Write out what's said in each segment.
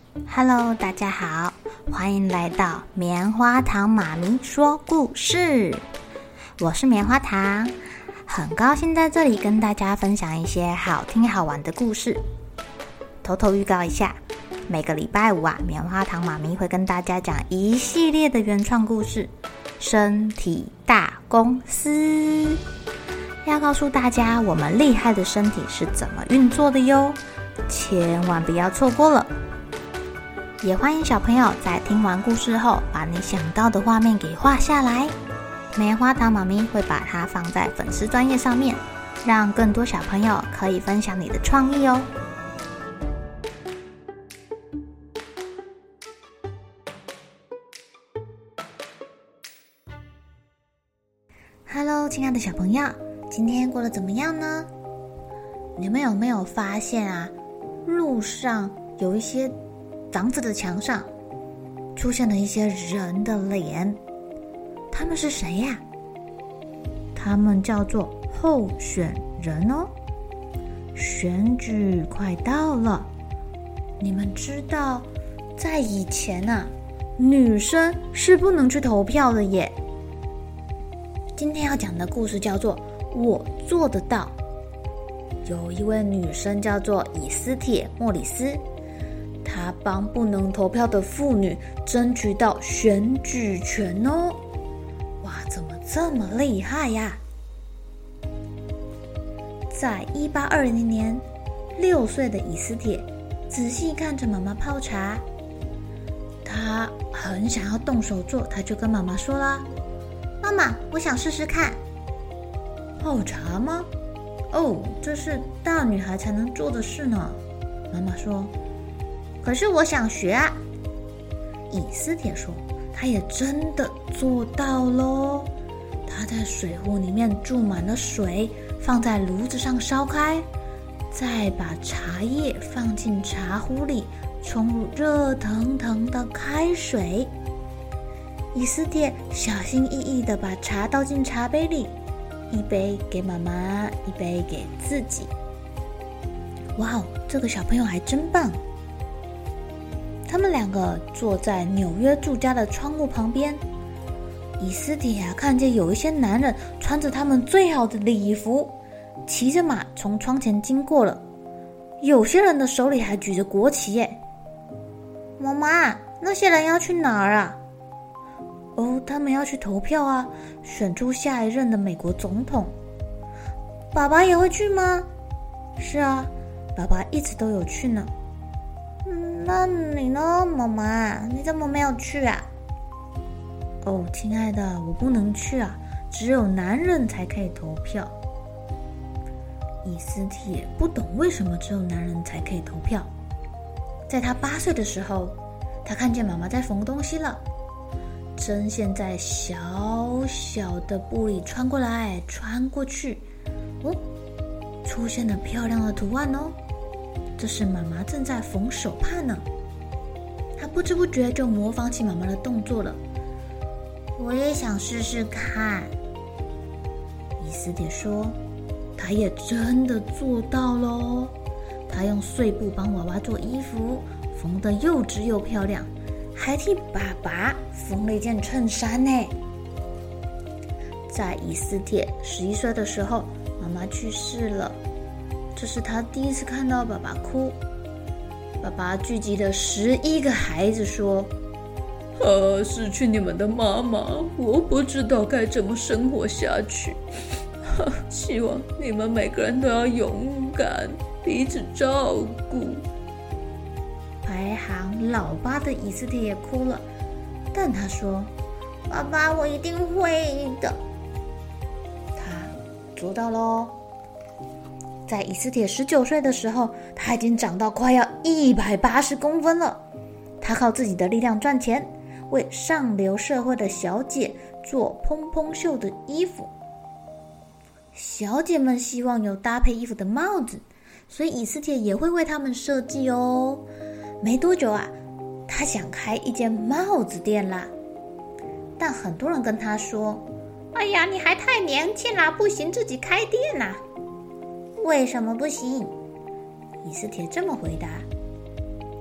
Hello， 大家好，欢迎来到棉花糖妈咪说故事。我是棉花糖，很高兴在这里跟大家分享一些好听好玩的故事。偷偷预告一下，每个礼拜五棉花糖妈咪会跟大家讲一系列的原创故事，身体大公司，要告诉大家我们厉害的身体是怎么运作的哟，千万不要错过了。也欢迎小朋友在听完故事后，把你想到的画面给画下来。棉花糖妈咪会把它放在粉丝专页上面，让更多小朋友可以分享你的创意哦。Hello， 亲爱的小朋友，今天过得怎么样呢？你们有没有发现路上有一些房子的墙上出现了一些人的脸，他们是谁呀？他们叫做候选人哦。选举快到了，你们知道，在以前女生是不能去投票的耶。今天要讲的故事叫做《我做得到》。有一位女生叫做以斯帖·莫里斯，她帮不能投票的妇女争取到选举权哦！哇，怎么这么厉害呀？在1820年，6岁的以斯帖仔细看着妈妈泡茶，她很想要动手做，她就跟妈妈说啦：“妈妈，我想试试看。”泡茶吗？哦，这是大女孩才能做的事呢。妈妈说：“可是我想学啊。”以斯帖说：“她也真的做到咯。她在水壶里面注满了水，放在炉子上烧开，再把茶叶放进茶壶里，冲入热腾腾的开水。以斯帖小心翼翼地把茶倒进茶杯里，一杯给妈妈，一杯给自己。哇哦，这个小朋友还真棒！他们两个坐在纽约住家的窗户旁边，以斯帖看见有一些男人穿着他们最好的礼服，骑着马从窗前经过了，有些人的手里还举着国旗耶。妈妈，那些人要去哪儿啊？哦，他们要去投票选出下一任的美国总统。爸爸也会去吗？是啊，爸爸一直都有去呢。那你呢，妈妈？你怎么没有去啊？哦，亲爱的，我不能去只有男人才可以投票。以斯帖不懂为什么只有男人才可以投票。在他8岁的时候，他看见妈妈在缝东西了。针线在小小的布里穿过来穿过去，出现了漂亮的图案哦。这是妈妈正在缝手帕呢。他不知不觉就模仿起妈妈的动作了。我也想试试看。以斯帖说，他也真的做到咯。他用碎布帮娃娃做衣服，缝得又直又漂亮，还替爸爸缝了一件衬衫呢。在以斯帖11岁的时候，妈妈去世了，这是他第一次看到爸爸哭。爸爸聚集了11个孩子说：“失去你们的妈妈，我不知道该怎么生活下去。希望你们每个人都要勇敢，彼此照顾。”排行老8的以斯帖也哭了，但他说：“爸爸，我一定会的。”他做到咯。在以斯帖19岁的时候，他已经长到快要180公分了。他靠自己的力量赚钱，为上流社会的小姐做蓬蓬袖的衣服。小姐们希望有搭配衣服的帽子，所以以斯帖也会为他们设计哦。没多久他想开一间帽子店啦。但很多人跟他说：“哎呀，你还太年轻啦，不行，自己开店啦。”为什么不行？以斯帖这么回答：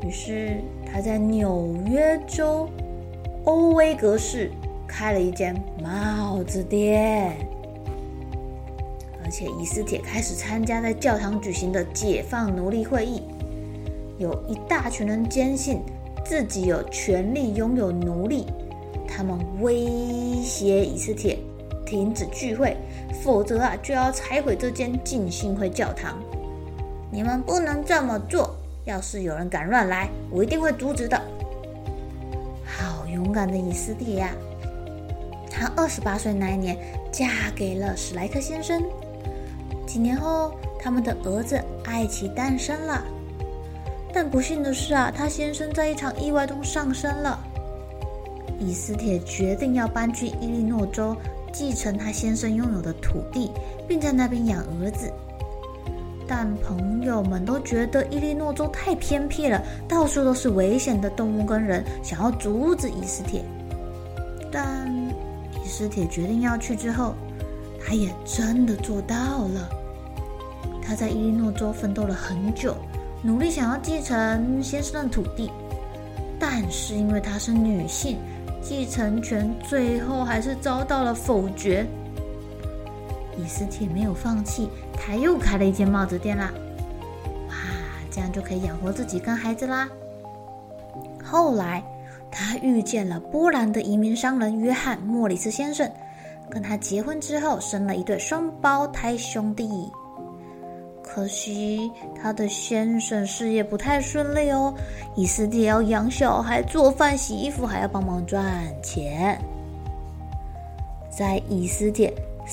于是他在纽约州欧威格市开了一间帽子店，而且以斯帖开始参加在教堂举行的解放奴隶会议。有一大群人坚信自己有权利拥有奴隶，他们威胁以斯帖停止聚会，否则就要拆毁这间浸信会教堂。你们不能这么做，要是有人敢乱来，我一定会阻止的。好勇敢的以斯帖呀！她28岁那一年嫁给了史莱克先生。几年后，他们的儿子艾奇诞生了。但不幸的是他先生在一场意外中丧生了。以斯帖决定要搬去伊利诺州，继承他先生拥有的土地，并在那边养儿子。但朋友们都觉得伊利诺州太偏僻了，到处都是危险的动物跟人，想要阻止以斯帖。但以斯帖决定要去之后，他也真的做到了。他在伊利诺州奋斗了很久，努力想要继承先生的土地，但是因为她是女性，继承权最后还是遭到了否决。以斯帖没有放弃，他又开了一间帽子店啦。哇，这样就可以养活自己跟孩子啦。后来他遇见了波兰的移民商人约翰·莫里斯先生，跟他结婚之后生了一对双胞胎兄弟。可惜他的先生事业不太顺利哦，以斯帖要养小孩、做饭、洗衣服，还要帮忙赚钱。在以斯帖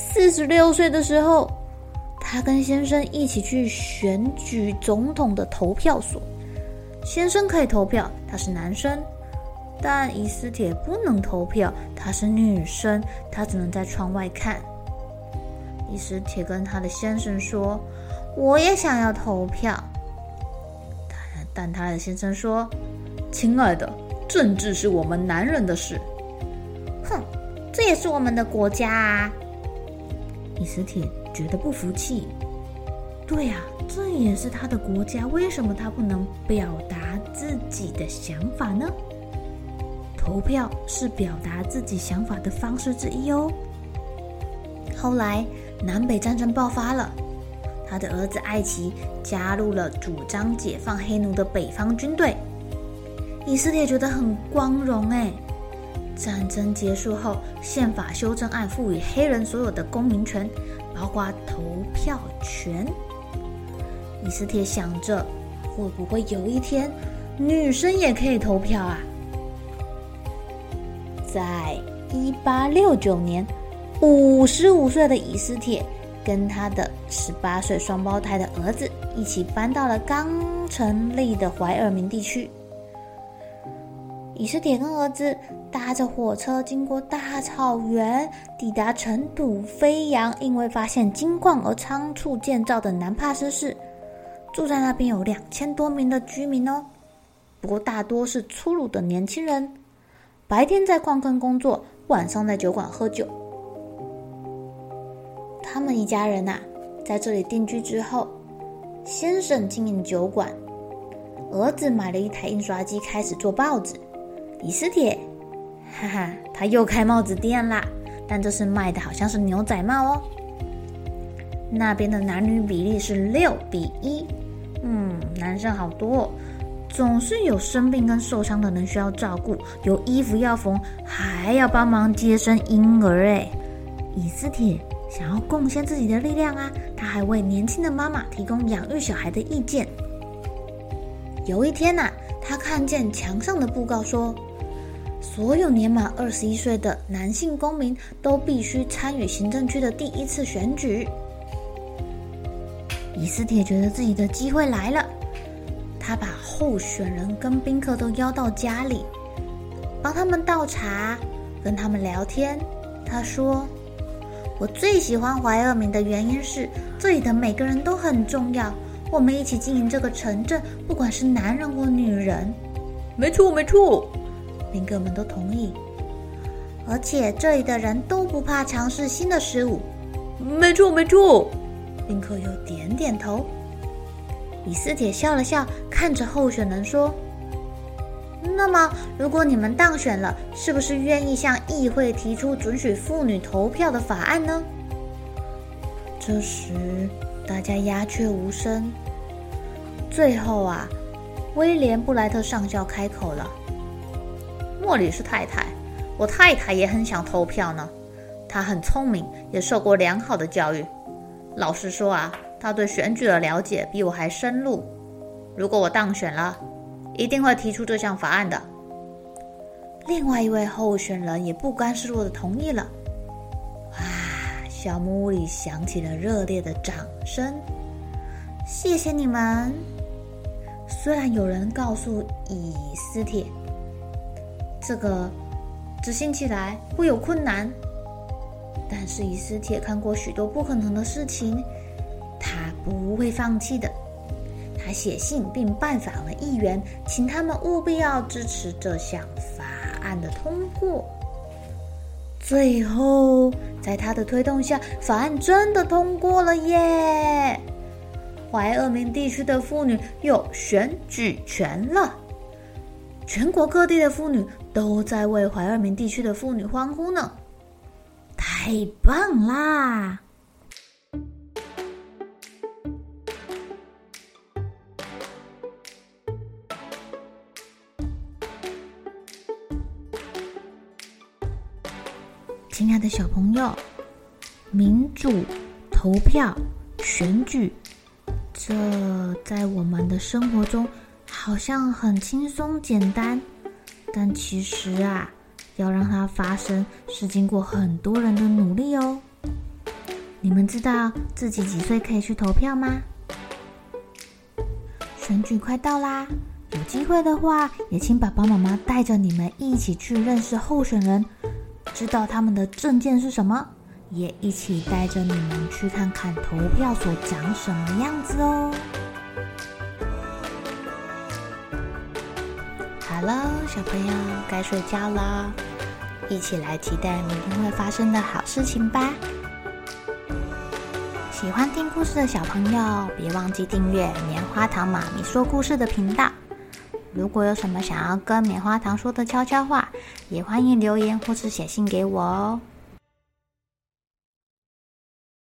46岁的时候，他跟先生一起去选举总统的投票所。先生可以投票，他是男生，但以斯帖不能投票，她是女生，她只能在窗外看。以斯帖跟她的先生说：“我也想要投票。”但她的先生说：“亲爱的，政治是我们男人的事。”哼，这也是我们的国家啊！以斯帖觉得不服气。对啊，这也是他的国家，为什么他不能表达自己的想法呢？投票是表达自己想法的方式之一哦。后来南北战争爆发了，他的儿子艾奇加入了主张解放黑奴的北方军队。以斯帖觉得很光荣耶。战争结束后，宪法修正案赋予黑人所有的公民权，包括投票权。以斯帖想着，会不会有一天女生也可以投票啊？在1869年，55岁的以斯帖跟他的18岁双胞胎的儿子一起搬到了刚成立的怀俄明地区。以斯帖跟儿子搭着火车经过大草原，抵达尘土飞扬、因为发现金矿而仓促建造的南帕斯市。住在那边有2000多名的居民哦，不过大多是粗鲁的年轻人，白天在矿坑工作，晚上在酒馆喝酒。他们一家人在这里定居之后，先生经营酒馆，儿子买了一台印刷机开始做报纸。以斯帖，他又开帽子店啦，但这次卖的好像是牛仔帽哦。那边的男女比例是6:1，男生好多哦，总是有生病跟受伤的人需要照顾，有衣服要缝，还要帮忙接生婴儿哎。以斯帖想要贡献自己的力量他还为年轻的妈妈提供养育小孩的意见。有一天他看见墙上的布告说，所有年满21岁的男性公民都必须参与行政区的第一次选举。以斯帖觉得自己的机会来了，他把候选人跟宾客都邀到家里，帮他们倒茶，跟他们聊天。他说，我最喜欢怀俄明的原因是这里的每个人都很重要，我们一起经营这个城镇，不管是男人或女人。没错没错，宾客们都同意。而且这里的人都不怕尝试新的事物。没错没错，宾客又点点头。以斯帖笑了笑，看着候选人说， 那么，如果你们当选了，是不是愿意向议会提出准许妇女投票的法案呢？这时，大家鸦雀无声。最后啊，威廉布莱特上校开口了：“莫里斯太太，我太太也很想投票呢。她很聪明，也受过良好的教育。老实说啊，她对选举的了解比我还深入。如果我当选了，一定会提出这项法案的。”另外一位候选人也不甘示弱地同意了。哇！小木屋里响起了热烈的掌声。谢谢你们。虽然有人告诉以斯帖，这个执行起来会有困难，但是以斯帖看过许多不可能的事情，他不会放弃的。他写信并拜访了议员，请他们务必要支持这项法案的通过。最后，在他的推动下，法案真的通过了耶！怀俄明地区的妇女有选举权了。全国各地的妇女都在为怀俄明地区的妇女欢呼呢，太棒啦！亲爱的小朋友，民主、投票、选举，这在我们的生活中好像很轻松简单，但其实啊，要让它发生是经过很多人的努力哦。你们知道自己几岁可以去投票吗？选举快到啦，有机会的话，也请爸爸妈妈带着你们一起去认识候选人，知道他们的政见是什么，也一起带着你们去看看投票所长什么样子哦。好了，小朋友该睡觉了，一起来期待明天会发生的好事情吧。喜欢听故事的小朋友，别忘记订阅棉花糖妈咪说故事的频道。如果有什么想要跟棉花糖说的悄悄话，也欢迎留言或是写信给我哦。